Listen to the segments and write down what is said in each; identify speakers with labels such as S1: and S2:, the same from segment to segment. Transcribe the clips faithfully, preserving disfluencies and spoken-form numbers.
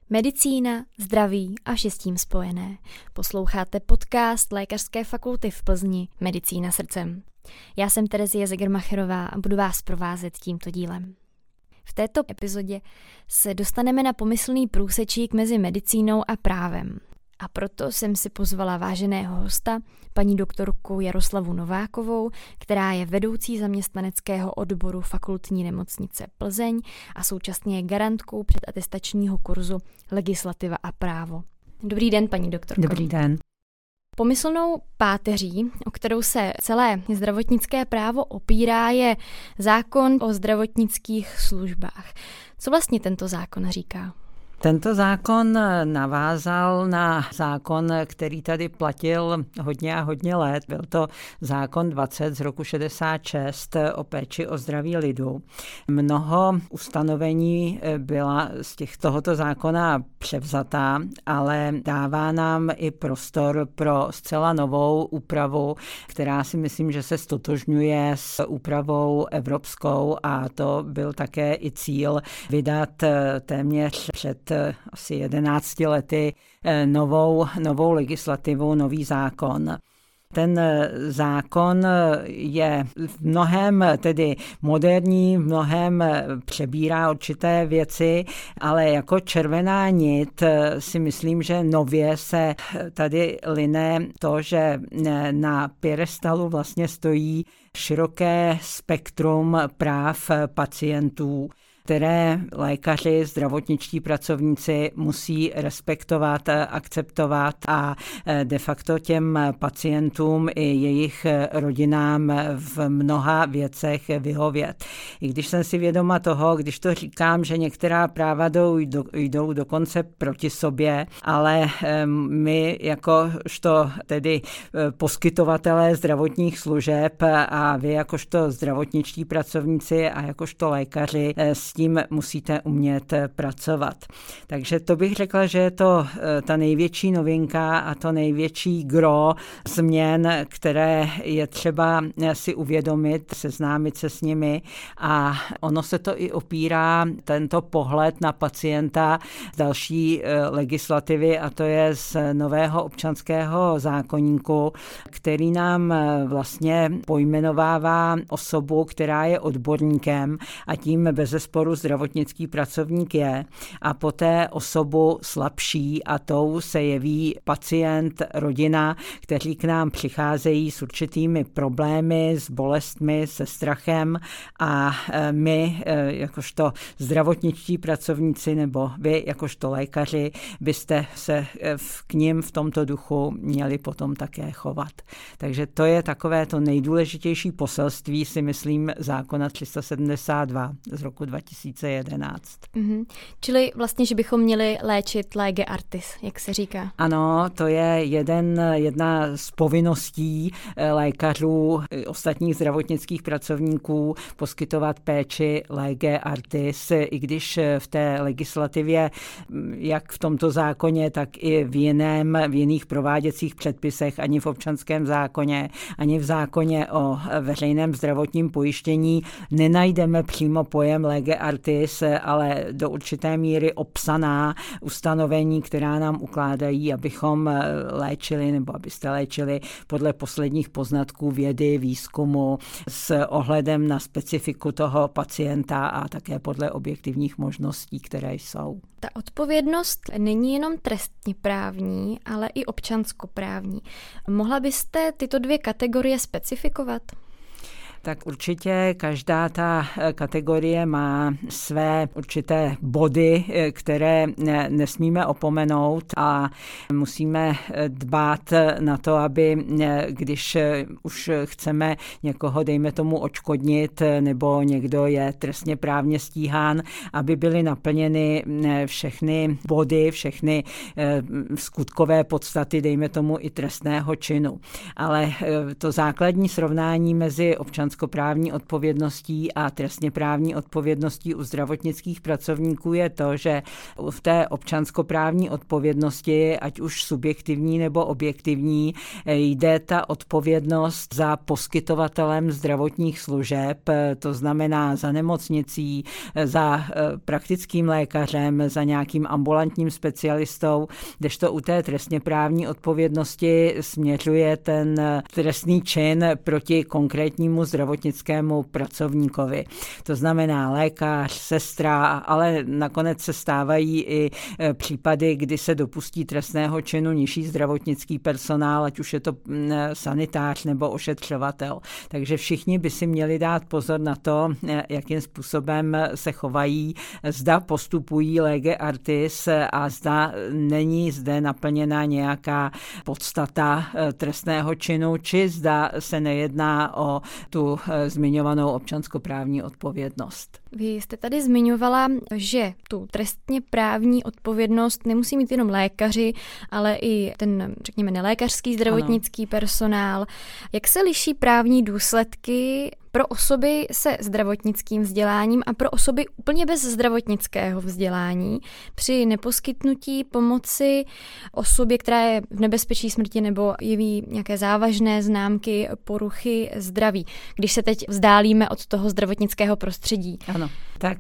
S1: Medicína, zdraví a vše s tím spojené. Posloucháte podcast Lékařské fakulty v Plzni Medicína srdcem. Já jsem Terezie Zegermacherová a budu vás provázet tímto dílem. V této epizodě se dostaneme na pomyslný průsečík mezi medicínou a právem. A proto jsem si pozvala váženého hosta, paní doktorku Jaroslavu Novákovou, která je vedoucí zaměstnaneckého odboru Fakultní nemocnice Plzeň a současně je garantkou předatestačního kurzu Legislativa a právo. Dobrý den, paní doktorko.
S2: Dobrý den.
S1: Pomyslnou páteří, o kterou se celé zdravotnické právo opírá, je zákon o zdravotnických službách. Co vlastně tento zákon říká?
S2: Tento zákon navázal na zákon, který tady platil hodně a hodně let. Byl to zákon dvacet z roku šedesát šest o péči o zdraví lidu. Mnoho ustanovení byla z těch, tohoto zákona převzatá, ale dává nám i prostor pro zcela novou úpravu, která si myslím, že se stotožňuje s úpravou evropskou, a to byl také i cíl vydat téměř před asi jedenácti lety novou, novou legislativu, nový zákon. Ten zákon je v mnohem tedy moderní, v mnohem přebírá určité věci, ale jako červená nit si myslím, že nově se tady line to, že na piedestalu vlastně stojí široké spektrum práv pacientů, které lékaři, zdravotničtí pracovníci musí respektovat, akceptovat a de facto těm pacientům i jejich rodinám v mnoha věcech vyhovět. I když jsem si vědoma toho, když to říkám, že některá práva jdou, jdou dokonce proti sobě, ale my jakožto tedy poskytovatelé zdravotních služeb a vy jakožto zdravotničtí pracovníci a jakožto lékaři s tím musíte umět pracovat. Takže to bych řekla, že je to ta největší novinka a to největší gro změn, které je třeba si uvědomit, seznámit se s nimi, a ono se to i opírá, tento pohled na pacienta, z další legislativy, a to je z nového občanského zákoníku, který nám vlastně pojmenovává osobu, která je odborníkem, a tím bezesporu zdravotnický pracovník je, a poté osobu slabší, a tou se jeví pacient, rodina, kteří k nám přicházejí s určitými problémy, s bolestmi, se strachem, a my, jakožto zdravotničtí pracovníci, nebo vy, jakožto lékaři, byste se k nim v tomto duchu měli potom také chovat. Takže to je takové to nejdůležitější poselství, si myslím, zákona tři sta sedmdesát dva z roku dva tisíce jedenáct.
S1: Mm-hmm. Čili vlastně, že bychom měli léčit lege artis, jak se říká.
S2: Ano, to je jeden, jedna z povinností lékařů, ostatních zdravotnických pracovníků poskytovat péči lege artis, i když v té legislativě, jak v tomto zákoně, tak i v jiném, v jiných prováděcích předpisech, ani v občanském zákoně, ani v zákoně o veřejném zdravotním pojištění nenajdeme přímo pojem lege artis, ale do určité míry obsaná ustanovení, která nám ukládají, abychom léčili, nebo abyste léčili podle posledních poznatků vědy, výzkumu, s ohledem na specifiku toho pacienta a také podle objektivních možností, které jsou.
S1: Ta odpovědnost není jenom trestně právní, ale i občanskoprávní. Mohla byste tyto dvě kategorie specifikovat?
S2: Tak určitě každá ta kategorie má své určité body, které nesmíme opomenout, a musíme dbát na to, aby když už chceme někoho, dejme tomu, odškodnit, nebo někdo je trestně právně stíhán, aby byly naplněny všechny body, všechny skutkové podstaty, dejme tomu, i trestného činu. Ale to základní srovnání mezi občanskou občanskoprávní odpovědností a trestněprávní odpovědností u zdravotnických pracovníků je to, že v té občanskoprávní odpovědnosti, ať už subjektivní nebo objektivní, jde ta odpovědnost za poskytovatelem zdravotních služeb, to znamená za nemocnicí, za praktickým lékařem, za nějakým ambulantním specialistou, kdežto u té trestněprávní odpovědnosti směřuje ten trestný čin proti konkrétnímu zdravotnickému pracovníkovi. To znamená lékař, sestra, ale nakonec se stávají i případy, kdy se dopustí trestného činu nižší zdravotnický personál, ať už je to sanitář nebo ošetřovatel. Takže všichni by si měli dát pozor na to, jakým způsobem se chovají, zda postupují lege artis a zda není zde naplněna nějaká podstata trestného činu, či zda se nejedná o tu zmiňovanou občanskoprávní odpovědnost.
S1: Vy jste tady zmiňovala, že tu trestně právní odpovědnost nemusí mít jenom lékaři, ale i ten, řekněme, nelékařský zdravotnický ano. personál. Jak se liší právní důsledky pro osoby se zdravotnickým vzděláním a pro osoby úplně bez zdravotnického vzdělání při neposkytnutí pomoci osobě, která je v nebezpečí smrti nebo jeví nějaké závažné známky poruchy zdraví, když se teď vzdálíme od toho zdravotnického prostředí?
S2: Ano, tak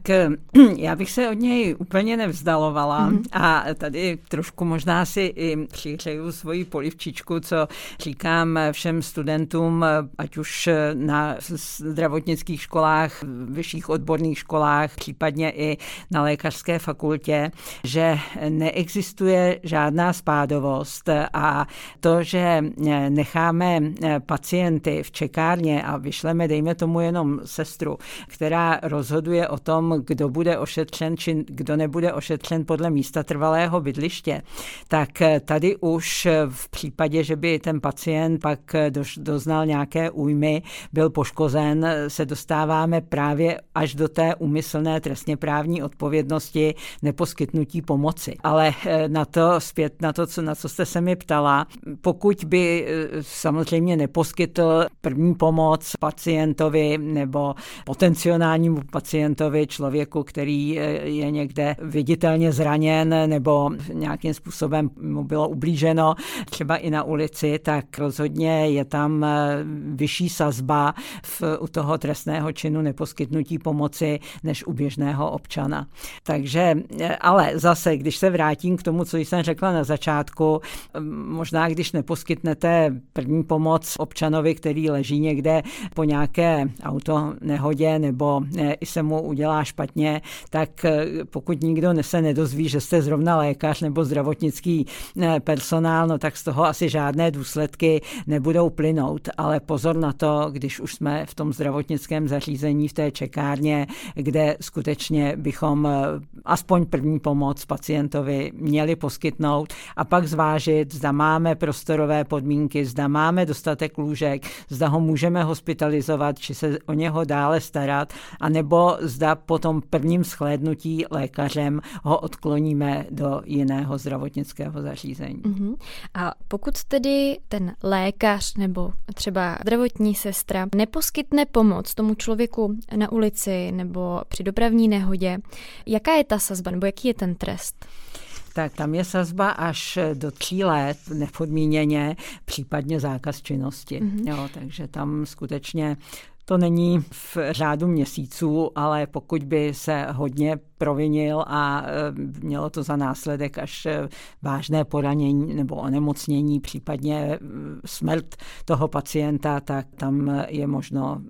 S2: já bych se od něj úplně nevzdalovala mm. a tady trošku možná si i přihřeju svoji polivčičku, co říkám všem studentům, ať už na zdravotnických školách, vyšších odborných školách, případně i na lékařské fakultě, že neexistuje žádná spádovost a to, že necháme pacienty v čekárně a vyšleme, dejme tomu jenom sestru, která rozhoduje o tom, kdo bude ošetřen, či kdo nebude ošetřen podle místa trvalého bydliště, tak tady už v případě, že by ten pacient pak doznal nějaké újmy, byl poškozen, se dostáváme právě až do té úmyslné trestněprávní odpovědnosti neposkytnutí pomoci. Ale na to zpět, na to, co, na co jste se mi ptala, pokud by samozřejmě neposkytl první pomoc pacientovi nebo potenciálnímu pacientovi, člověku, který je někde viditelně zraněn nebo nějakým způsobem mu bylo ublíženo, třeba i na ulici, tak rozhodně je tam vyšší sazba v, u toho trestného činu neposkytnutí pomoci než u běžného občana. Takže, ale zase, když se vrátím k tomu, co jsem řekla na začátku, možná když neposkytnete první pomoc občanovi, který leží někde po nějaké autonehodě nebo i se mu udělá špatně, tak pokud nikdo se nedozví, že jste zrovna lékař nebo zdravotnický personál, no tak z toho asi žádné důsledky nebudou plynout. Ale pozor na to, když už jsme v tom zdravotnickém zařízení, v té čekárně, kde skutečně bychom aspoň první pomoc pacientovi měli poskytnout a pak zvážit, zda máme prostorové podmínky, zda máme dostatek lůžek, zda ho můžeme hospitalizovat, či se o něho dále starat, anebo zda po tom prvním shlédnutí lékařem ho odkloníme do jiného zdravotnického zařízení.
S1: Uh-huh. A pokud tedy ten lékař nebo třeba zdravotní sestra neposkytne pomoc tomu člověku na ulici nebo při dopravní nehodě, jaká je ta sazba nebo jaký je ten trest?
S2: Tak tam je sazba až do tří let nepodmíněně, případně zákaz činnosti. Mm-hmm. Jo, takže tam skutečně to není v řádu měsíců, ale pokud by se hodně provinil a mělo to za následek až vážné poranění nebo onemocnění, případně smrt toho pacienta, tak tam je možno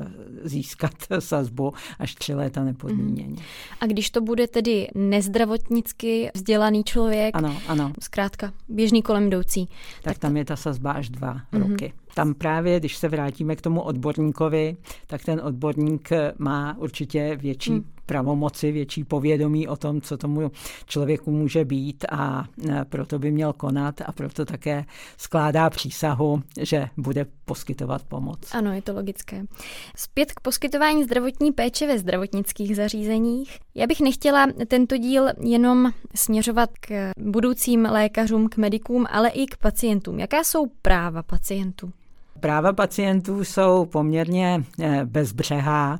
S2: získat sazbu až tři léta nepodmíněně.
S1: A když to bude tedy nezdravotnicky vzdělaný člověk,
S2: ano, ano.
S1: zkrátka běžný kolem jdoucí.
S2: Tak,
S1: tak
S2: tam je ta sazba až dva mm-hmm. roky. Tam právě, když se vrátíme k tomu odborníkovi, tak ten odborník má určitě větší mm. pravomoci, větší povědomí o tom, co tomu člověku může být a proto by měl konat a proto také skládá přísahu, že bude poskytovat pomoc.
S1: Ano, je to logické. Zpět k poskytování zdravotní péče ve zdravotnických zařízeních. Já bych nechtěla tento díl jenom směřovat k budoucím lékařům, k medikům, ale i k pacientům. Jaká jsou práva pacientů?
S2: Práva pacientů jsou poměrně bezbřehá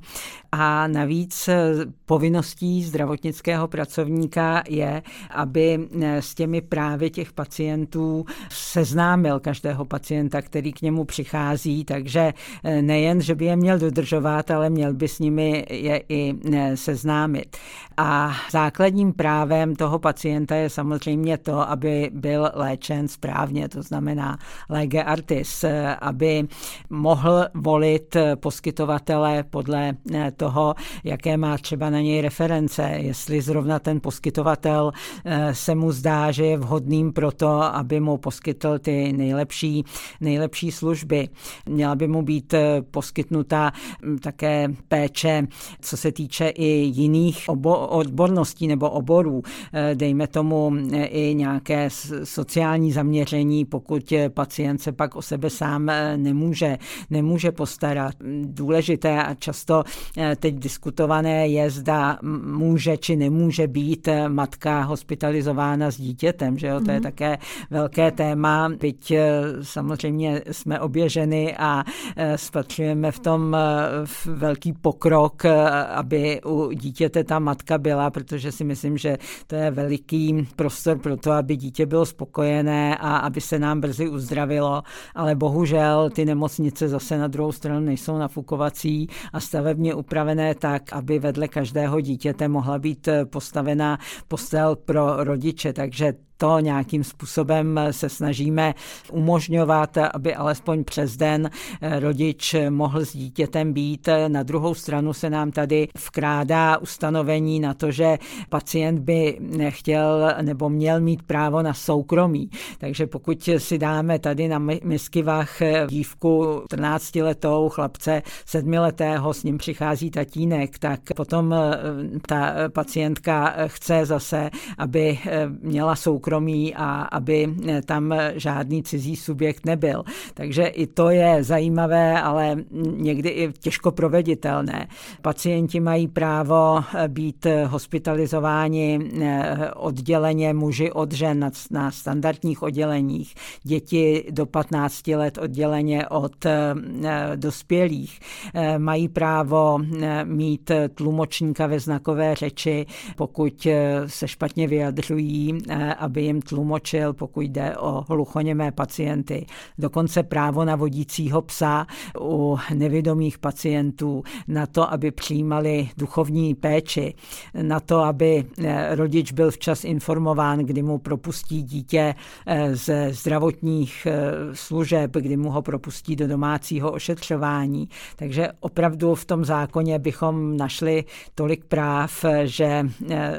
S2: a navíc povinností zdravotnického pracovníka je, aby s těmi právy těch pacientů seznámil každého pacienta, který k němu přichází, takže nejen, že by je měl dodržovat, ale měl by s nimi je i seznámit. A základním právem toho pacienta je samozřejmě to, aby byl léčen správně, to znamená lege artis, aby mohl volit poskytovatele podle toho, jaké má třeba na něj reference, jestli zrovna ten poskytovatel se mu zdá, že je vhodným pro to, aby mu poskytl ty nejlepší, nejlepší služby. Měla by mu být poskytnuta také péče, co se týče i jiných obo- odborností nebo oborů, dejme tomu i nějaké sociální zaměření, pokud pacient se pak o sebe sám nemůže, nemůže postarat. Důležité a často teď diskutované je, zda může či nemůže být matka hospitalizována s dítětem, že jo? To je také velké téma, byť samozřejmě jsme obě ženy a spatřujeme v tom velký pokrok, aby u dítěte ta matka byla, protože si myslím, že to je veliký prostor pro to, aby dítě bylo spokojené a aby se nám brzy uzdravilo, ale bohužel ty nemocnice zase na druhou stranu nejsou nafukovací a stavebně upravené tak, aby vedle každého dítěte mohla být postavena postel pro rodiče, takže to nějakým způsobem se snažíme umožňovat, aby alespoň přes den rodič mohl s dítětem být. Na druhou stranu se nám tady vkrádá ustanovení na to, že pacient by nechtěl nebo měl mít právo na soukromí. Takže pokud si dáme tady na Miskivách dívku čtrnáctiletou, chlapce sedmiletého, s ním přichází tatínek, tak potom ta pacientka chce zase, aby měla soukromí soukromí a aby tam žádný cizí subjekt nebyl. Takže i to je zajímavé, ale někdy i těžko proveditelné. Pacienti mají právo být hospitalizováni odděleně muži od žen na standardních odděleních, děti do patnácti let odděleně od dospělých. Mají právo mít tlumočníka ve znakové řeči, pokud se špatně vyjadřují, aby jim tlumočil, pokud jde o hluchoněmé pacienty. Dokonce právo na vodícího psa u nevidomých pacientů, na to, aby přijímali duchovní péči, na to, aby rodič byl včas informován, kdy mu propustí dítě ze zdravotních služeb, kdy mu ho propustí do domácího ošetřování. Takže opravdu v tom zákoně bychom našli tolik práv, že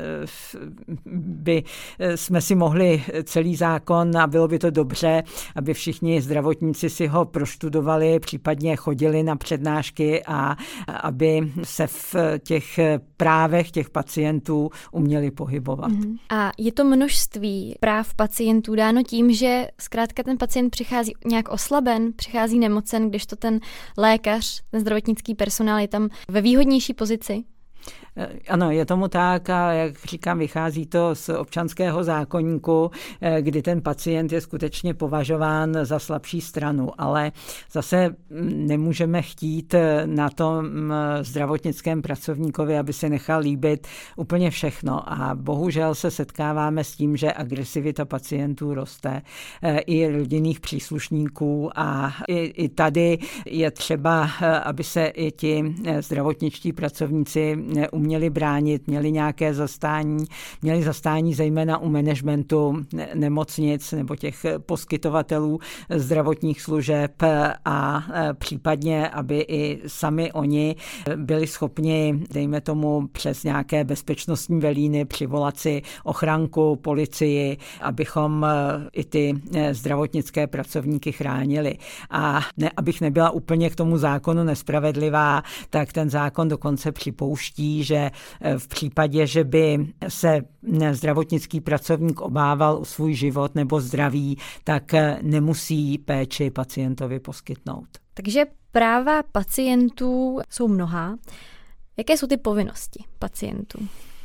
S2: by jsme si mohli celý zákon a bylo by to dobře, aby všichni zdravotníci si ho proštudovali, případně chodili na přednášky a aby se v těch právech těch pacientů uměli pohybovat.
S1: A je to množství práv pacientů dáno tím, že zkrátka ten pacient přichází nějak oslaben, přichází nemocen, když to ten lékař, ten zdravotnický personál je tam ve výhodnější pozici?
S2: Ano, je tomu tak a jak říkám, vychází to z občanského zákoníku, kdy ten pacient je skutečně považován za slabší stranu, ale zase nemůžeme chtít na tom zdravotnickém pracovníkovi, aby se nechal líbit úplně všechno a bohužel se setkáváme s tím, že agresivita pacientů roste, i rodinných příslušníků a i, i tady je třeba, aby se i ti zdravotničtí pracovníci uměli bránit, měli nějaké zastání, měli zastání zejména u managementu nemocnic nebo těch poskytovatelů zdravotních služeb a případně, aby i sami oni byli schopni, dejme tomu, přes nějaké bezpečnostní velíny přivolat si ochranku, policii, abychom i ty zdravotnické pracovníky chránili. A ne, abych nebyla úplně k tomu zákonu nespravedlivá, tak ten zákon dokonce připouští, že v případě, že by se zdravotnický pracovník obával o svůj život nebo zdraví, tak nemusí péči pacientovi poskytnout.
S1: Takže práva pacientů jsou mnohá. Jaké jsou ty povinnosti pacientů?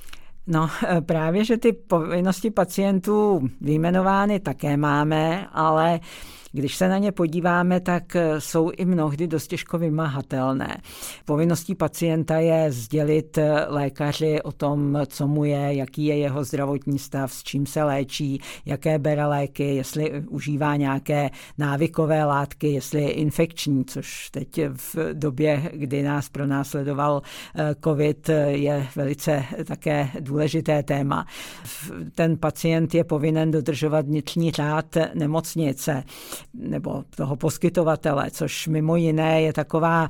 S2: No právě, že ty povinnosti pacientů vyjmenovány také máme, ale když se na ně podíváme, tak jsou i mnohdy dost těžko vymahatelné. Povinností pacienta je sdělit lékaři o tom, co mu je, jaký je jeho zdravotní stav, s čím se léčí, jaké bere léky, jestli užívá nějaké návykové látky, jestli je infekční, což teď v době, kdy nás pronásledoval covid, je velice také důležité téma. Ten pacient je povinen dodržovat vnitřní řád nemocnice nebo toho poskytovatele, což mimo jiné je taková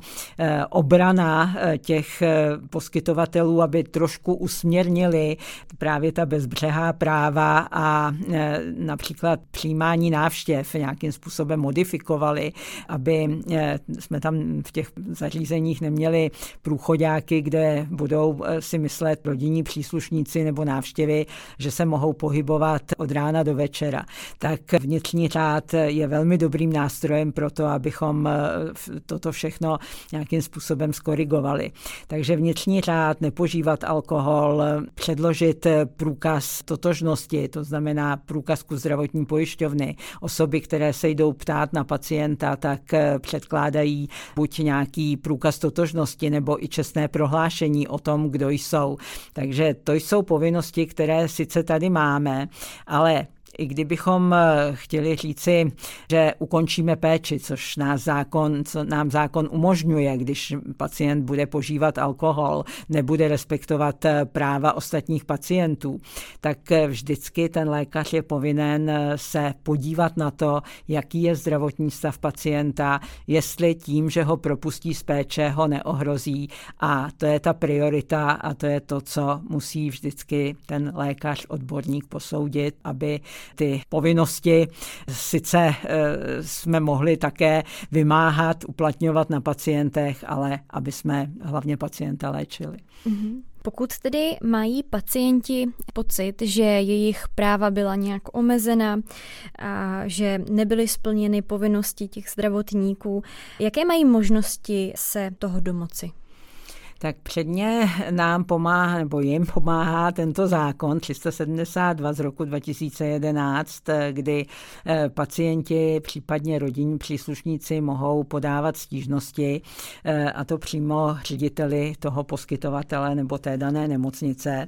S2: obrana těch poskytovatelů, aby trošku usměrnili právě ta bezbřehá práva a například přijímání návštěv nějakým způsobem modifikovali, aby jsme tam v těch zařízeních neměli průchoďáky, kde budou si myslet rodinní příslušníci nebo návštěvy, že se mohou pohybovat od rána do večera. Tak vnitřní řád je velmi dobrým nástrojem pro to, abychom toto všechno nějakým způsobem skorigovali. Takže vnitřní řád, nepožívat alkohol, předložit průkaz totožnosti, to znamená průkazku zdravotní pojišťovny. Osoby, které se jdou ptát na pacienta, tak předkládají buď nějaký průkaz totožnosti nebo i čestné prohlášení o tom, kdo jsou. Takže to jsou povinnosti, které sice tady máme, ale i kdybychom chtěli říci, že ukončíme péči, což nás zákon, co nám zákon umožňuje, když pacient bude požívat alkohol, nebude respektovat práva ostatních pacientů, tak vždycky ten lékař je povinen se podívat na to, jaký je zdravotní stav pacienta, jestli tím, že ho propustí z péče, ho neohrozí. A to je ta priorita a to je to, co musí vždycky ten lékař, odborník posoudit, aby ty povinnosti sice jsme mohli také vymáhat, uplatňovat na pacientech, ale aby jsme hlavně pacienta léčili.
S1: Mm-hmm. Pokud tedy mají pacienti pocit, že jejich práva byla nějak omezena a že nebyly splněny povinnosti těch zdravotníků, jaké mají možnosti se toho domoci?
S2: Tak předně nám pomáhá, nebo jim pomáhá tento zákon tři sta sedmdesát dva z roku dva tisíce jedenáct, kdy pacienti, případně rodinní příslušníci mohou podávat stížnosti, a to přímo řediteli toho poskytovatele nebo té dané nemocnice.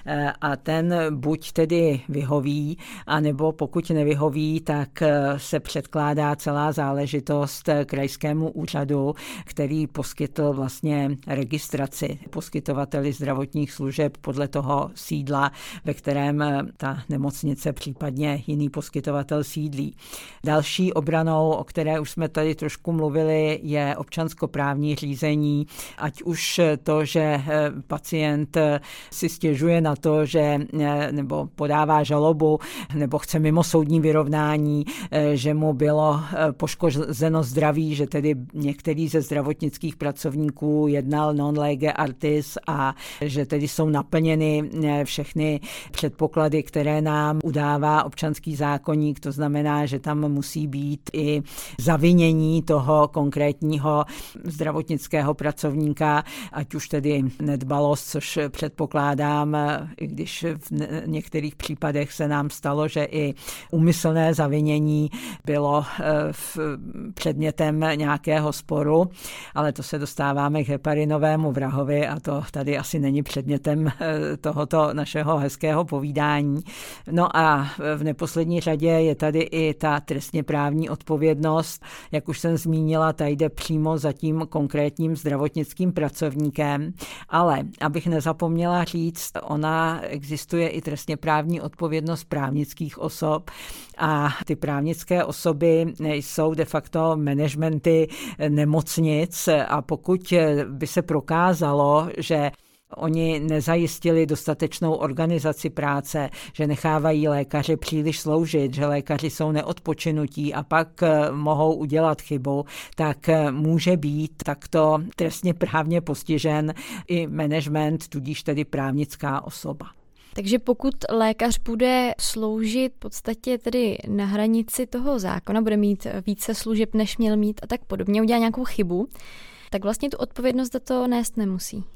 S2: A ten buď tedy vyhoví, anebo pokud nevyhoví, tak se předkládá celá záležitost krajskému úřadu, který poskytl vlastně registraci poskytovateli zdravotních služeb podle toho sídla, ve kterém ta nemocnice, případně jiný poskytovatel sídlí. Další obranou, o které už jsme tady trošku mluvili, je občanskoprávní řízení, ať už to, že pacient si stěžuje na to, že nebo podává žalobu, nebo chce mimosoudní vyrovnání, že mu bylo poškozeno zdraví, že tedy některý ze zdravotnických pracovníků jednal non-lege artis a že tedy jsou naplněny všechny předpoklady, které nám udává občanský zákoník. To znamená, že tam musí být i zavinění toho konkrétního zdravotnického pracovníka, ať už tedy nedbalost, což předpokládám, i když v některých případech se nám stalo, že i úmyslné zavinění bylo v předmětem nějakého sporu, ale to se dostáváme k heparinovému vrahovi a to tady asi není předmětem tohoto našeho hezkého povídání. No a v neposlední řadě je tady i ta trestně právní odpovědnost. Jak už jsem zmínila, ta jde přímo za tím konkrétním zdravotnickým pracovníkem, ale abych nezapomněla říct, ona existuje i trestně právní odpovědnost právnických osob a ty právnické osoby jsou de facto managementy nemocnic a pokud by se prokázalo, že oni nezajistili dostatečnou organizaci práce, že nechávají lékaře příliš sloužit, že lékaři jsou neodpočinutí a pak mohou udělat chybu, tak může být takto trestně právně postižen i management, tudíž tedy právnická osoba.
S1: Takže pokud lékař bude sloužit v podstatě tedy na hranici toho zákona, bude mít více služeb, než měl mít a tak podobně, udělá nějakou chybu, tak vlastně tu odpovědnost za to nést nemusí.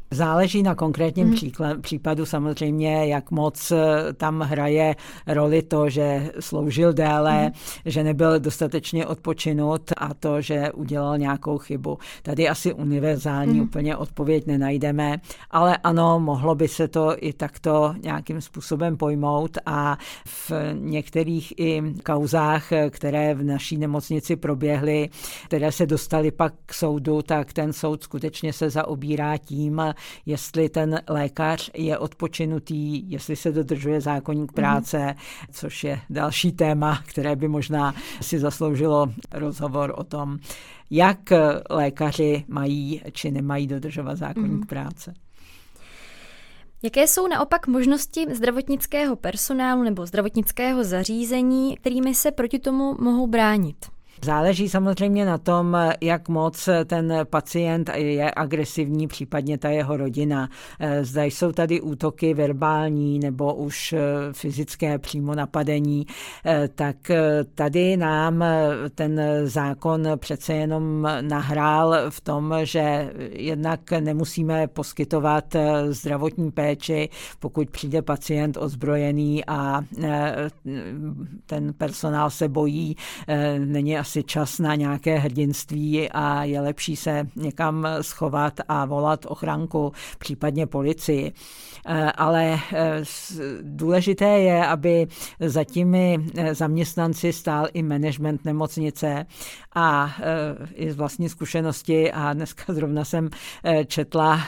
S2: Záleží na konkrétním hmm. příklad, případu samozřejmě, jak moc tam hraje roli to, že sloužil déle, hmm. že nebyl dostatečně odpočinut a to, že udělal nějakou chybu. Tady asi univerzální hmm. úplně odpověď nenajdeme, ale ano, mohlo by se to i takto nějakým způsobem pojmout a v některých i kauzách, které v naší nemocnici proběhly, které se dostaly pak k soudu, tak ten soud skutečně se zaobírá tím, jestli ten lékař je odpočinutý, jestli se dodržuje zákoník práce, mm. což je další téma, které by možná si zasloužilo rozhovor o tom, jak lékaři mají či nemají dodržovat zákoník mm. práce.
S1: Jaké jsou naopak možnosti zdravotnického personálu nebo zdravotnického zařízení, kterými se proti tomu mohou bránit?
S2: Záleží samozřejmě na tom, jak moc ten pacient je agresivní, případně ta jeho rodina. Zda jsou tady útoky verbální nebo už fyzické přímo napadení, tak tady nám ten zákon přece jenom nahrál v tom, že jednak nemusíme poskytovat zdravotní péči, pokud přijde pacient ozbrojený a ten personál se bojí, není asi čas na nějaké hrdinství a je lepší se někam schovat a volat ochranku, případně policii. Ale důležité je, aby za těmi zaměstnanci stál i management nemocnice a i z vlastní zkušenosti a dneska zrovna jsem četla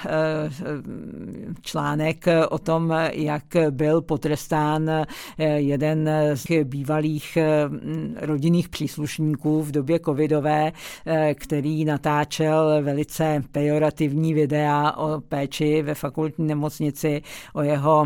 S2: článek o tom, jak byl potrestán jeden z bývalých rodinných příslušníků v době covidové, který natáčel velice pejorativní videa o péči ve fakultní nemocnici, o jeho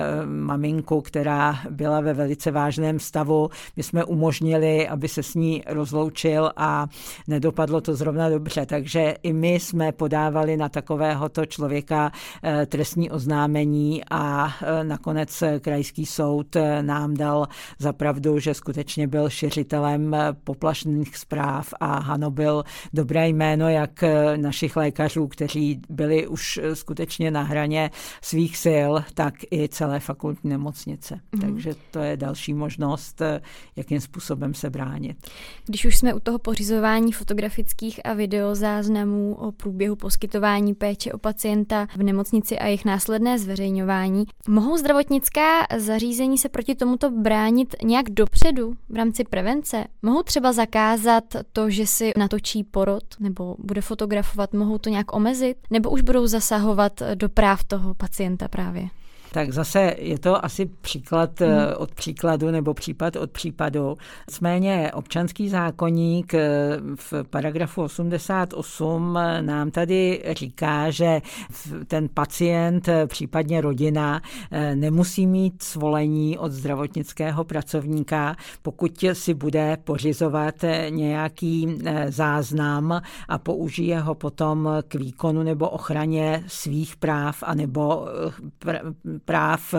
S2: maminku, která byla ve velice vážném stavu. My jsme umožnili, aby se s ní rozloučil a nedopadlo to zrovna dobře. Takže i my jsme podávali na takovéhoto člověka trestní oznámení a nakonec krajský soud nám dal za pravdu, že skutečně byl šiřitelem poplašných zpráv a hanobil dobré jméno jak našich lékařů, kteří byli už skutečně na hraně svých sil, tak i celé fakultní nemocnice. Mm. Takže to je další možnost, jakým způsobem se bránit.
S1: Když už jsme u toho pořizování fotografických a videozáznamů o průběhu poskytování péče o pacienta v nemocnici a jejich následné zveřejňování, mohou zdravotnická zařízení se proti tomuto bránit nějak dopředu v rámci prevence? Mohou třeba zakázat to, že si natočí porod nebo bude fotografovat, mohou to nějak omezit? Nebo už budou zasahovat do práv toho pacienta právě?
S2: Tak zase je to asi příklad hmm. od příkladu nebo případ od případu. Nicméně občanský zákoník v paragrafu osmdesát osm nám tady říká, že ten pacient, případně rodina, nemusí mít svolení od zdravotnického pracovníka, pokud si bude pořizovat nějaký záznam a použije ho potom k výkonu nebo ochraně svých práv anebo pr- práv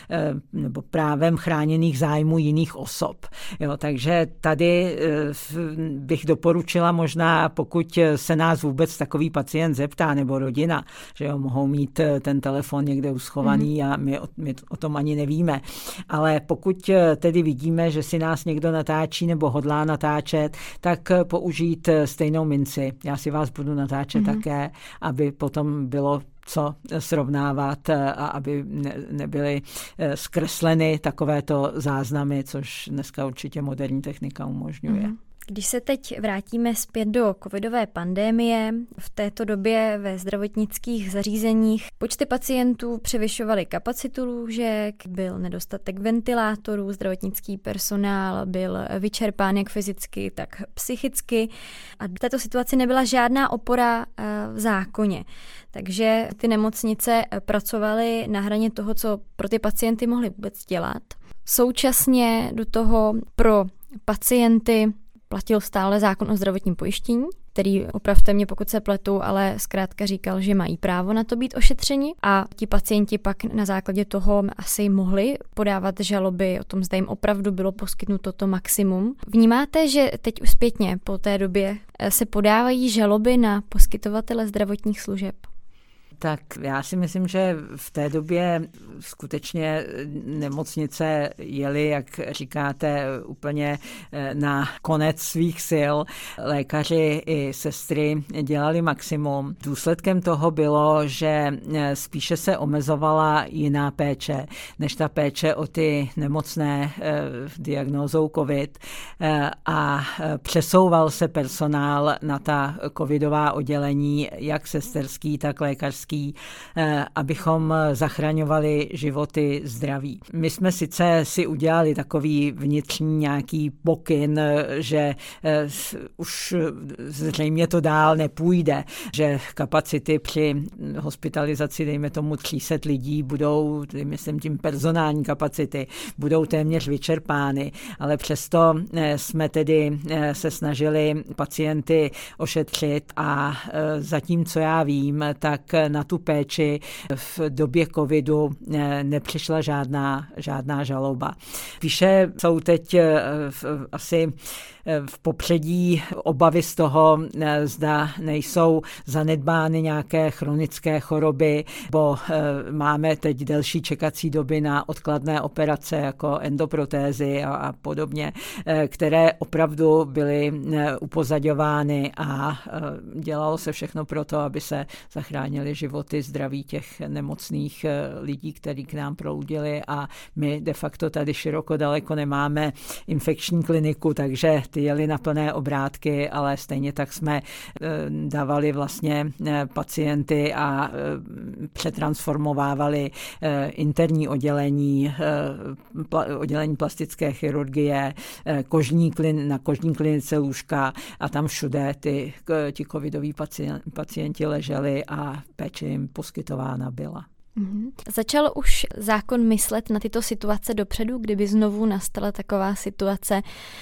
S2: nebo právem chráněných zájmů jiných osob. Jo, takže tady bych doporučila možná, pokud se nás vůbec takový pacient zeptá nebo rodina, že jo, mohou mít ten telefon někde uschovaný mm. a my o, my o tom ani nevíme. Ale pokud tedy vidíme, že si nás někdo natáčí nebo hodlá natáčet, tak použít stejnou minci. Já si vás budu natáčet mm. také, aby potom bylo co srovnávat a aby ne, nebyly zkresleny takovéto záznamy, což dneska určitě moderní technika umožňuje. Mm.
S1: Když se teď vrátíme zpět do covidové pandemie, v této době ve zdravotnických zařízeních počty pacientů převyšovaly kapacitu lůžek, byl nedostatek ventilátorů, zdravotnický personál byl vyčerpán jak fyzicky, tak psychicky a v této situaci nebyla žádná opora v zákoně. Takže ty nemocnice pracovaly na hraně toho, co pro ty pacienty mohly vůbec dělat. Současně do toho pro pacienty platil stále zákon o zdravotním pojištění, který, opravte mě, pokud se pletu, ale zkrátka říkal, že mají právo na to být ošetřeni a ti pacienti pak na základě toho asi mohli podávat žaloby o tom, zda jim opravdu bylo poskytnuto to maximum. Vnímáte, že teď už zpětně po té době se podávají žaloby na poskytovatele zdravotních služeb?
S2: Tak já si myslím, že v té době skutečně nemocnice jeli, jak říkáte, úplně na konec svých sil. Lékaři i sestry dělali maximum. Důsledkem toho bylo, že spíše se omezovala jiná péče, než ta péče o ty nemocné diagnózou covid a přesouval se personál na ta covidová oddělení, jak sesterský, tak lékařský, abychom zachraňovali životy zdraví. My jsme sice si udělali takový vnitřní nějaký pokyn, že už zřejmě to dál nepůjde, že kapacity při hospitalizaci, dejme tomu tři sta lidí, budou, myslím tím personální kapacity, budou téměř vyčerpány, ale přesto jsme tedy se snažili pacienty ošetřit a zatím, co já vím, tak na tu péči v době covidu nepřišla žádná, žádná žaloba. Píše, jsou teď asi v popředí obavy z toho, zda nejsou zanedbány nějaké chronické choroby, bo máme teď delší čekací doby na odkladné operace jako endoprotézy a, a podobně, které opravdu byly upozaďovány a dělalo se všechno pro to, aby se zachránili životy, zdraví těch nemocných lidí, kteří k nám proudili, a my de facto tady široko daleko nemáme infekční kliniku, takže ty jeli na plné obrátky, ale stejně tak jsme dávali vlastně pacienty a přetransformovávali interní oddělení, oddělení plastické chirurgie, kožní klin, na kožní klinice lůžka, a tam všude ty, ti covidoví pacienti leželi a péče jim poskytována byla.
S1: Mm-hmm. Začal už zákon myslet na tyto situace dopředu, kdyby znovu nastala taková situace,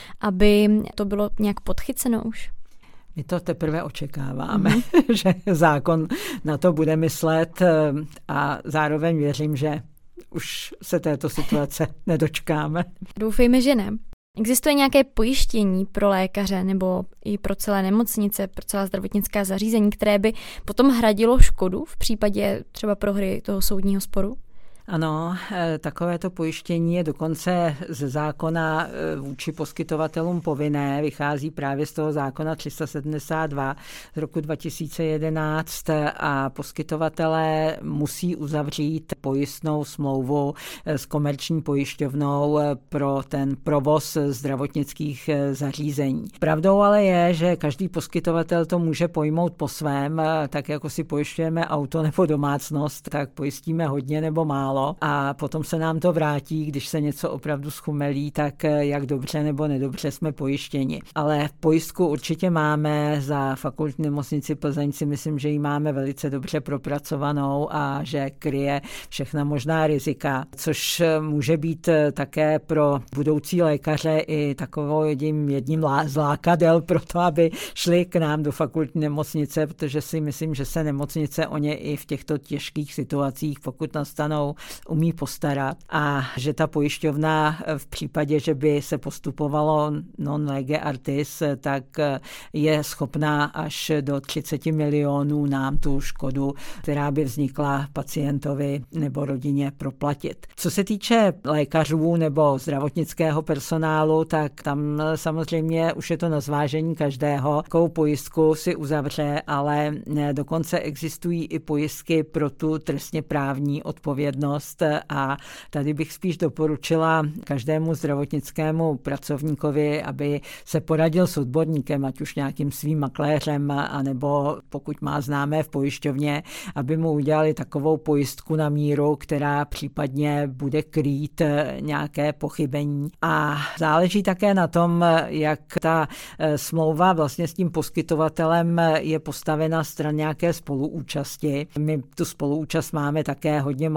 S1: aby to bylo nějak podchyceno už?
S2: My to teprve očekáváme, mm-hmm. že zákon na to bude myslet, a zároveň věřím, že už se této situace nedočkáme.
S1: Doufejme, že ne. Existuje nějaké pojištění pro lékaře nebo i pro celé nemocnice, pro celá zdravotnická zařízení, které by potom hradilo škodu v případě třeba prohry toho soudního sporu?
S2: Ano, takovéto pojištění je dokonce ze zákona vůči poskytovatelům povinné, vychází právě z toho zákona tři sta sedmdesát dva z roku dva tisíce jedenáct, a poskytovatelé musí uzavřít pojistnou smlouvu s komerční pojišťovnou pro ten provoz zdravotnických zařízení. Pravdou ale je, že každý poskytovatel to může pojmout po svém, tak jako si pojišťujeme auto nebo domácnost, tak pojistíme hodně nebo málo. A potom se nám to vrátí, když se něco opravdu schumelí, tak jak dobře nebo nedobře jsme pojištěni. Ale pojistku určitě máme, za Fakultní nemocnici Plzeň si myslím, že ji máme velice dobře propracovanou a že kryje všechna možná rizika, což může být také pro budoucí lékaře i takovou jedním, jedním z lákadel pro to, aby šli k nám do fakultní nemocnice, protože si myslím, že se nemocnice o ně i v těchto těžkých situacích, pokud nastanou, umí postarat, a že ta pojišťovna v případě, že by se postupovalo non lege artis, tak je schopná až do třicet milionů nám tu škodu, která by vznikla pacientovi nebo rodině, proplatit. Co se týče lékařů nebo zdravotnického personálu, tak tam samozřejmě už je to na zvážení každého, jakou pojistku si uzavře, ale dokonce existují i pojistky pro tu trestně právní odpovědnost, a tady bych spíš doporučila každému zdravotnickému pracovníkovi, aby se poradil s odborníkem, ať už nějakým svým makléřem, anebo pokud má známé v pojišťovně, aby mu udělali takovou pojistku na míru, která případně bude krýt nějaké pochybení. A záleží také na tom, jak ta smlouva vlastně s tím poskytovatelem je postavena stran nějaké spoluúčasti. My tu spoluúčast máme také hodně malinkou,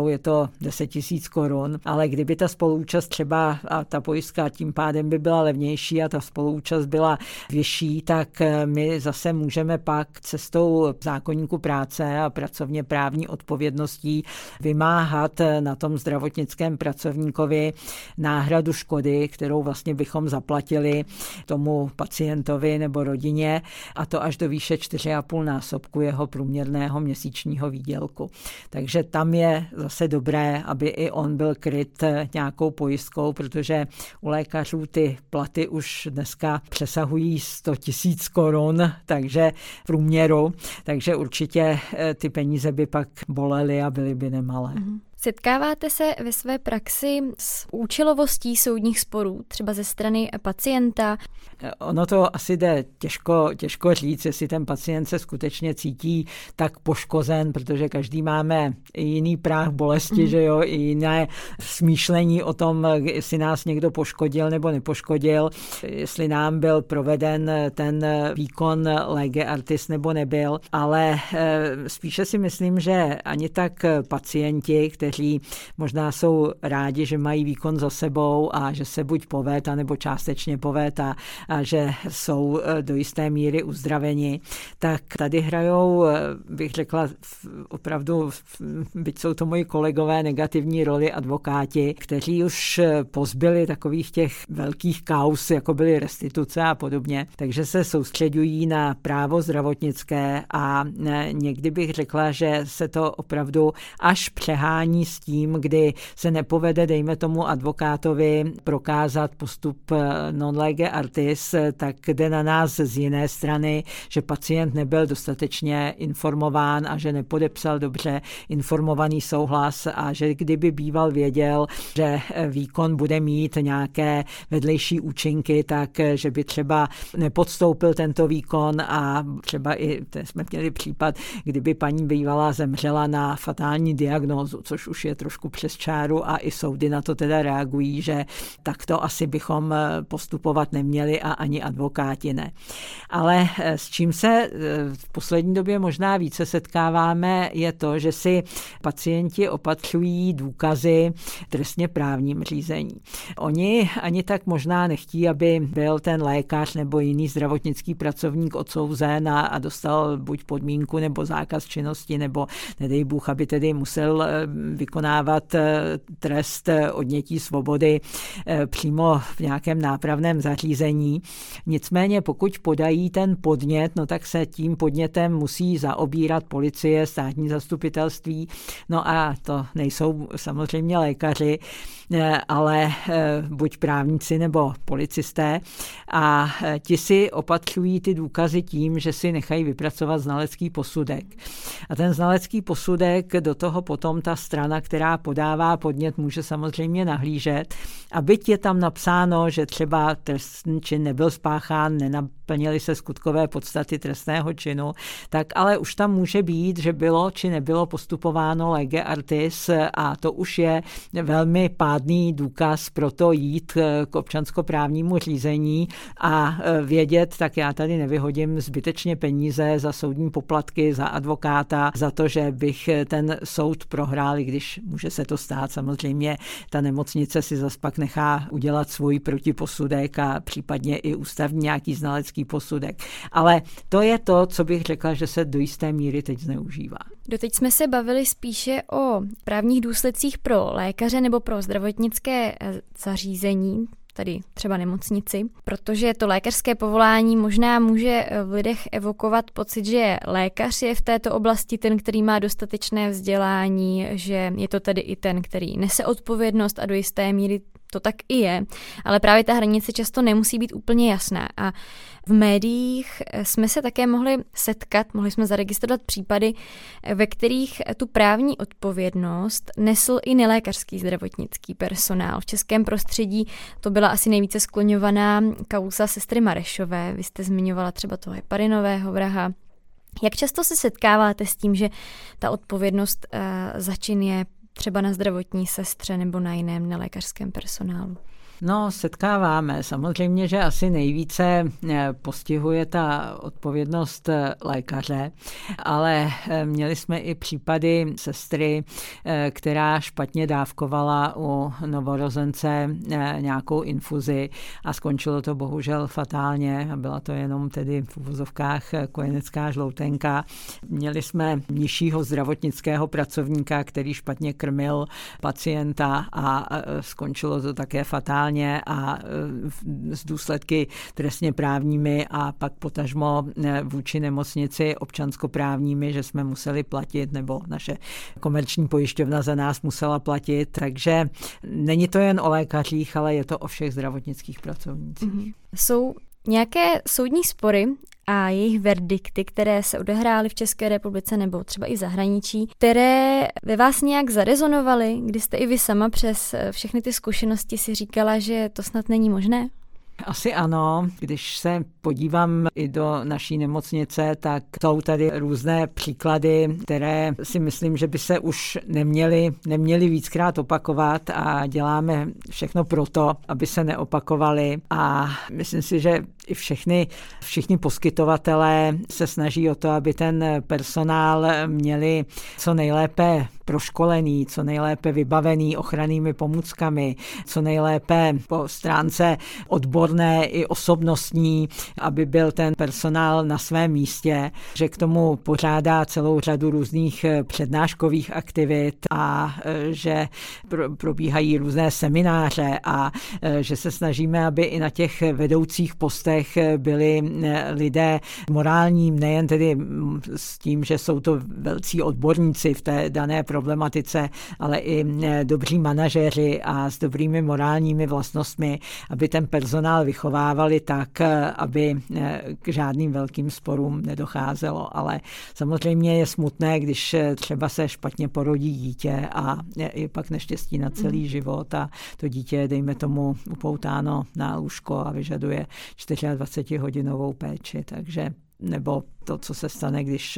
S2: pojistkou je to deset tisíc korun, ale kdyby ta spoluúčast třeba a ta pojistka tím pádem by byla levnější a ta spoluúčast byla vyšší, tak my zase můžeme pak cestou zákoníku práce a pracovně právní odpovědností vymáhat na tom zdravotnickém pracovníkovi náhradu škody, kterou vlastně bychom zaplatili tomu pacientovi nebo rodině, a to až do výše čtyři a půl násobku jeho průměrného měsíčního výdělku. Takže tam je zase dobré, aby i on byl kryt nějakou pojistkou, protože u lékařů ty platy už dneska přesahují sto tisíc korun, takže v průměru, takže určitě ty peníze by pak bolely a byly by nemalé. Mm-hmm.
S1: Setkáváte se ve své praxi s účelovostí soudních sporů, třeba ze strany pacienta?
S2: Ono to asi jde těžko, těžko říct, jestli ten pacient se skutečně cítí tak poškozen, protože každý máme jiný práh bolesti, mm. že jo, i jiné smýšlení o tom, jestli nás někdo poškodil nebo nepoškodil, jestli nám byl proveden ten výkon lege artis nebo nebyl, ale spíše si myslím, že ani tak pacienti, kteří možná jsou rádi, že mají výkon za sebou a že se buď poved, anebo částečně poved a, a že jsou do jisté míry uzdraveni, tak tady hrajou, bych řekla, opravdu, byť jsou to moji kolegové, negativní roli advokáti, kteří už pozbyli takových těch velkých kauz, jako byly restituce a podobně, takže se soustředují na právo zdravotnické a někdy bych řekla, že se to opravdu až přehání s tím, kdy se nepovede, dejme tomu advokátovi, prokázat postup non lege artis, tak jde na nás z jiné strany, že pacient nebyl dostatečně informován a že nepodepsal dobře informovaný souhlas a že kdyby býval věděl, že výkon bude mít nějaké vedlejší účinky, tak že by třeba nepodstoupil tento výkon a třeba i jsme měli případ, kdyby paní bývalá zemřela na fatální diagnózu, což už je trošku přes čáru a i soudy na to teda reagují, že takto asi bychom postupovat neměli a ani advokáti ne. Ale s čím se v poslední době možná více setkáváme, je to, že si pacienti opatřují důkazy trestně právním řízení. Oni ani tak možná nechtí, aby byl ten lékař nebo jiný zdravotnický pracovník odsouzen a, a dostal buď podmínku nebo zákaz činnosti, nebo nedej Bůh, aby tedy musel vykonávat trest odnětí svobody přímo v nějakém nápravném zařízení. Nicméně pokud podají ten podnět, no tak se tím podnětem musí zaobírat policie, státní zastupitelství, no a to nejsou samozřejmě lékaři, ale buď právníci nebo policisté a ti si opatřují ty důkazy tím, že si nechají vypracovat znalecký posudek. A ten znalecký posudek do toho potom ta strana, která podává podnět, může samozřejmě nahlížet. A byť je tam napsáno, že třeba trestný čin nebyl spáchán, nenaplnily se skutkové podstaty trestného činu, tak ale už tam může být, že bylo či nebylo postupováno lege artis a to už je velmi pádný důkaz pro to jít k občanskoprávnímu řízení a vědět, tak já tady nevyhodím zbytečně peníze za soudní poplatky, za advokáta, za to, že bych ten soud prohrál, i když může se to stát. Samozřejmě ta nemocnice si zas pak nechá udělat svůj protiposudek a případně i ústavní nějaký znalecký posudek. Ale to je to, co bych řekla, že se do jisté míry teď zneužívá.
S1: Doteď jsme se bavili spíše o právních důsledcích pro lékaře nebo pro zdravotnické zařízení, tady třeba nemocnici, protože to lékařské povolání možná může v lidech evokovat pocit, že lékař je v této oblasti ten, který má dostatečné vzdělání, že je to tedy i ten, který nese odpovědnost a do jisté míry to tak i je, ale právě ta hranice často nemusí být úplně jasná a v médiích jsme se také mohli setkat, mohli jsme zaregistrovat případy, ve kterých tu právní odpovědnost nesl i nelékařský zdravotnický personál. V českém prostředí to byla asi nejvíce skloňovaná kauza sestry Marešové. Vy jste zmiňovala třeba toho heparinového vraha. Jak často se setkáváte s tím, že ta odpovědnost uh, za čin je třeba na zdravotní sestře nebo na jiném nelékařském personálu?
S2: No, setkáváme. Samozřejmě, že asi nejvíce postihuje ta odpovědnost lékaře, ale měli jsme i případy sestry, která špatně dávkovala u novorozence nějakou infuzi a skončilo to bohužel fatálně a byla to jenom tedy v uvozovkách kojenecká žloutenka. Měli jsme nižšího zdravotnického pracovníka, který špatně krmil pacienta a skončilo to také fatálně a s důsledky trestně právními a pak potažmo vůči nemocnici občanskoprávními, že jsme museli platit, nebo naše komerční pojišťovna za nás musela platit. Takže není to jen o lékařích, ale je to o všech zdravotnických pracovnících. Mm-hmm.
S1: Jsou nějaké soudní spory a jejich verdikty, které se odehrály v České republice nebo třeba i v zahraničí, které ve vás nějak zarezonovaly, kdy jste i vy sama přes všechny ty zkušenosti si říkala, že to snad není možné?
S2: Asi ano. Když se podívám i do naší nemocnice, tak jsou tady různé příklady, které si myslím, že by se už neměly, neměly víckrát opakovat a děláme všechno proto, aby se neopakovaly. A myslím si, že i všechny, všichni poskytovatelé se snaží o to, aby ten personál měli co nejlépe proškolený, co nejlépe vybavený ochrannými pomůckami, co nejlépe po stránce odborné i osobnostní, aby byl ten personál na svém místě, že k tomu pořádá celou řadu různých přednáškových aktivit a že probíhají různé semináře a že se snažíme, aby i na těch vedoucích postech byli lidé morální, nejen tedy s tím, že jsou to velcí odborníci v té dané problematice, ale i dobří manažeři a s dobrými morálními vlastnostmi, aby ten personál vychovávali tak, aby k žádným velkým sporům nedocházelo. Ale samozřejmě je smutné, když třeba se špatně porodí dítě a je pak neštěstí na celý život a to dítě je, dejme tomu, upoutáno na lůžko a vyžaduje dvacetihodinovou péči. Takže nebo to, co se stane, když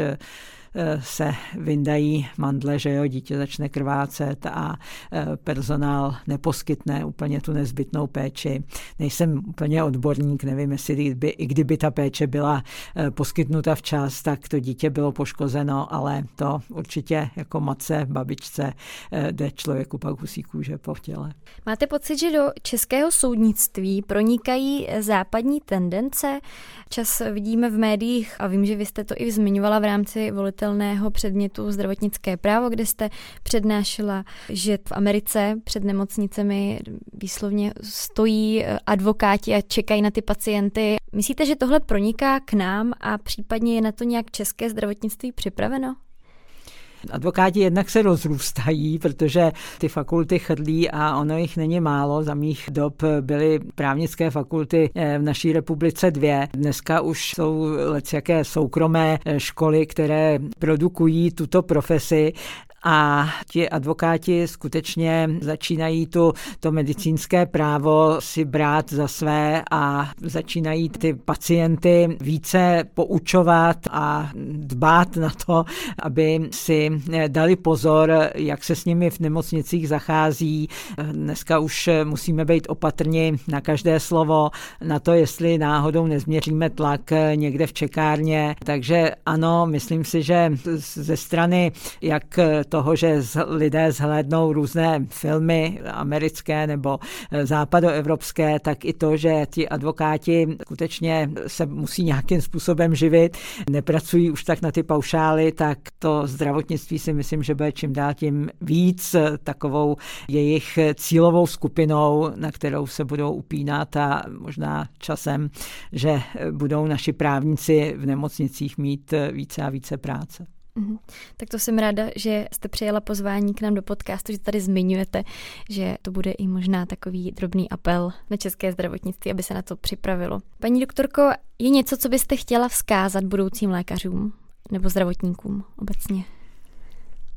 S2: se vyndají mandle, že jo, dítě začne krvácet a personál neposkytne úplně tu nezbytnou péči. Nejsem úplně odborník, nevím, jestli by, i kdyby ta péče byla poskytnuta včas, tak to dítě bylo poškozeno, ale to určitě jako matce, babičce jde člověku pak husí kůže po těle.
S1: Máte pocit, že do českého soudnictví pronikají západní tendence? Čas vidíme v médiích a vím, že vy jste to i zmiňovala v rámci volitelného předmětu zdravotnické právo, kde jste přednášela, že v Americe před nemocnicemi výslovně stojí advokáti a čekají na ty pacienty. Myslíte, že tohle proniká k nám a případně je na to nějak české zdravotnictví připraveno?
S2: Advokáti jednak se rozrůstají, protože ty fakulty chrlí a ono jich není málo. Za mých dob byly právnické fakulty v naší republice dvě. Dneska už jsou lecjaké soukromé školy, které produkují tuto profesi. A ti advokáti skutečně začínají tu, to medicínské právo si brát za své a začínají ty pacienty více poučovat a dbát na to, aby si dali pozor, jak se s nimi v nemocnicích zachází. Dneska už musíme být opatrni na každé slovo, na to, jestli náhodou nezměříme tlak někde v čekárně. Takže ano, myslím si, že ze strany jak toho, že lidé zhlédnou různé filmy americké nebo západoevropské, tak i to, že ti advokáti skutečně se musí nějakým způsobem živit, nepracují už tak na ty paušály, tak to zdravotnictví si myslím, že bude čím dál tím víc takovou jejich cílovou skupinou, na kterou se budou upínat a možná časem, že budou naši právníci v nemocnicích mít více a více práce.
S1: Uhum. Tak to jsem ráda, že jste přijala pozvání k nám do podcastu, že tady zmiňujete, že to bude i možná takový drobný apel na české zdravotnictví, aby se na to připravilo. Paní doktorko, je něco, co byste chtěla vzkázat budoucím lékařům nebo zdravotníkům obecně?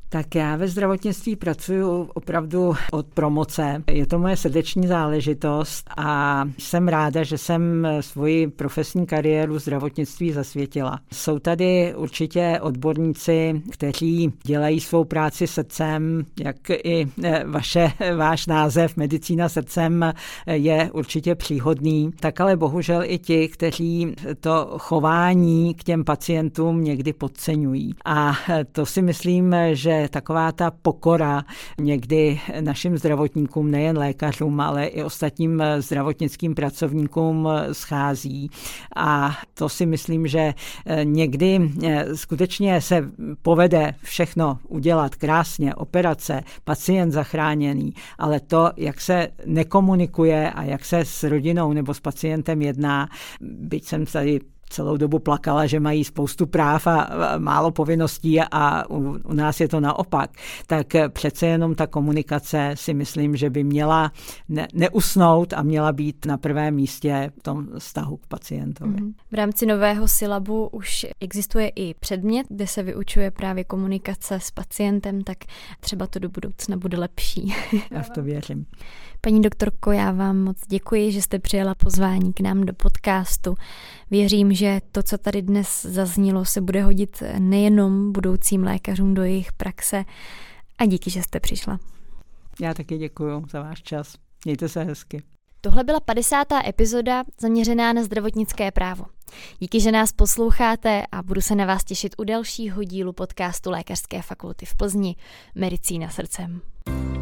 S2: Tak já ve zdravotnictví pracuji opravdu od promoce. Je to moje srdeční záležitost a jsem ráda, že jsem svoji profesní kariéru v zdravotnictví zasvětila. Jsou tady určitě odborníci, kteří dělají svou práci srdcem, jak i vaše, váš název Medicína srdcem je určitě příhodný, tak ale bohužel i ti, kteří to chování k těm pacientům někdy podceňují. A to si myslím, že taková ta pokora někdy našim zdravotníkům, nejen lékařům, ale i ostatním zdravotnickým pracovníkům schází. A to si myslím, že někdy skutečně se povede všechno udělat krásně, operace, pacient zachráněný, ale to, jak se nekomunikuje a jak se s rodinou nebo s pacientem jedná, byť jsem tady celou dobu plakala, že mají spoustu práv a málo povinností a u, u nás je to naopak, tak přece jenom ta komunikace si myslím, že by měla ne, neusnout a měla být na prvém místě v tom vztahu k pacientovi. Mm-hmm.
S1: V rámci nového syllabu už existuje i předmět, kde se vyučuje právě komunikace s pacientem, tak třeba to do budoucna bude lepší.
S2: Já v to věřím.
S1: Paní doktorko, já vám moc děkuji, že jste přijala pozvání k nám do podcastu. Věřím, že to, co tady dnes zaznělo, se bude hodit nejenom budoucím lékařům do jejich praxe. A díky, že jste přišla.
S2: Já taky děkuji za váš čas. Mějte se hezky.
S1: Tohle byla padesátá epizoda zaměřená na zdravotnické právo. Díky, že nás posloucháte a budu se na vás těšit u dalšího dílu podcastu Lékařské fakulty v Plzni Medicína srdcem.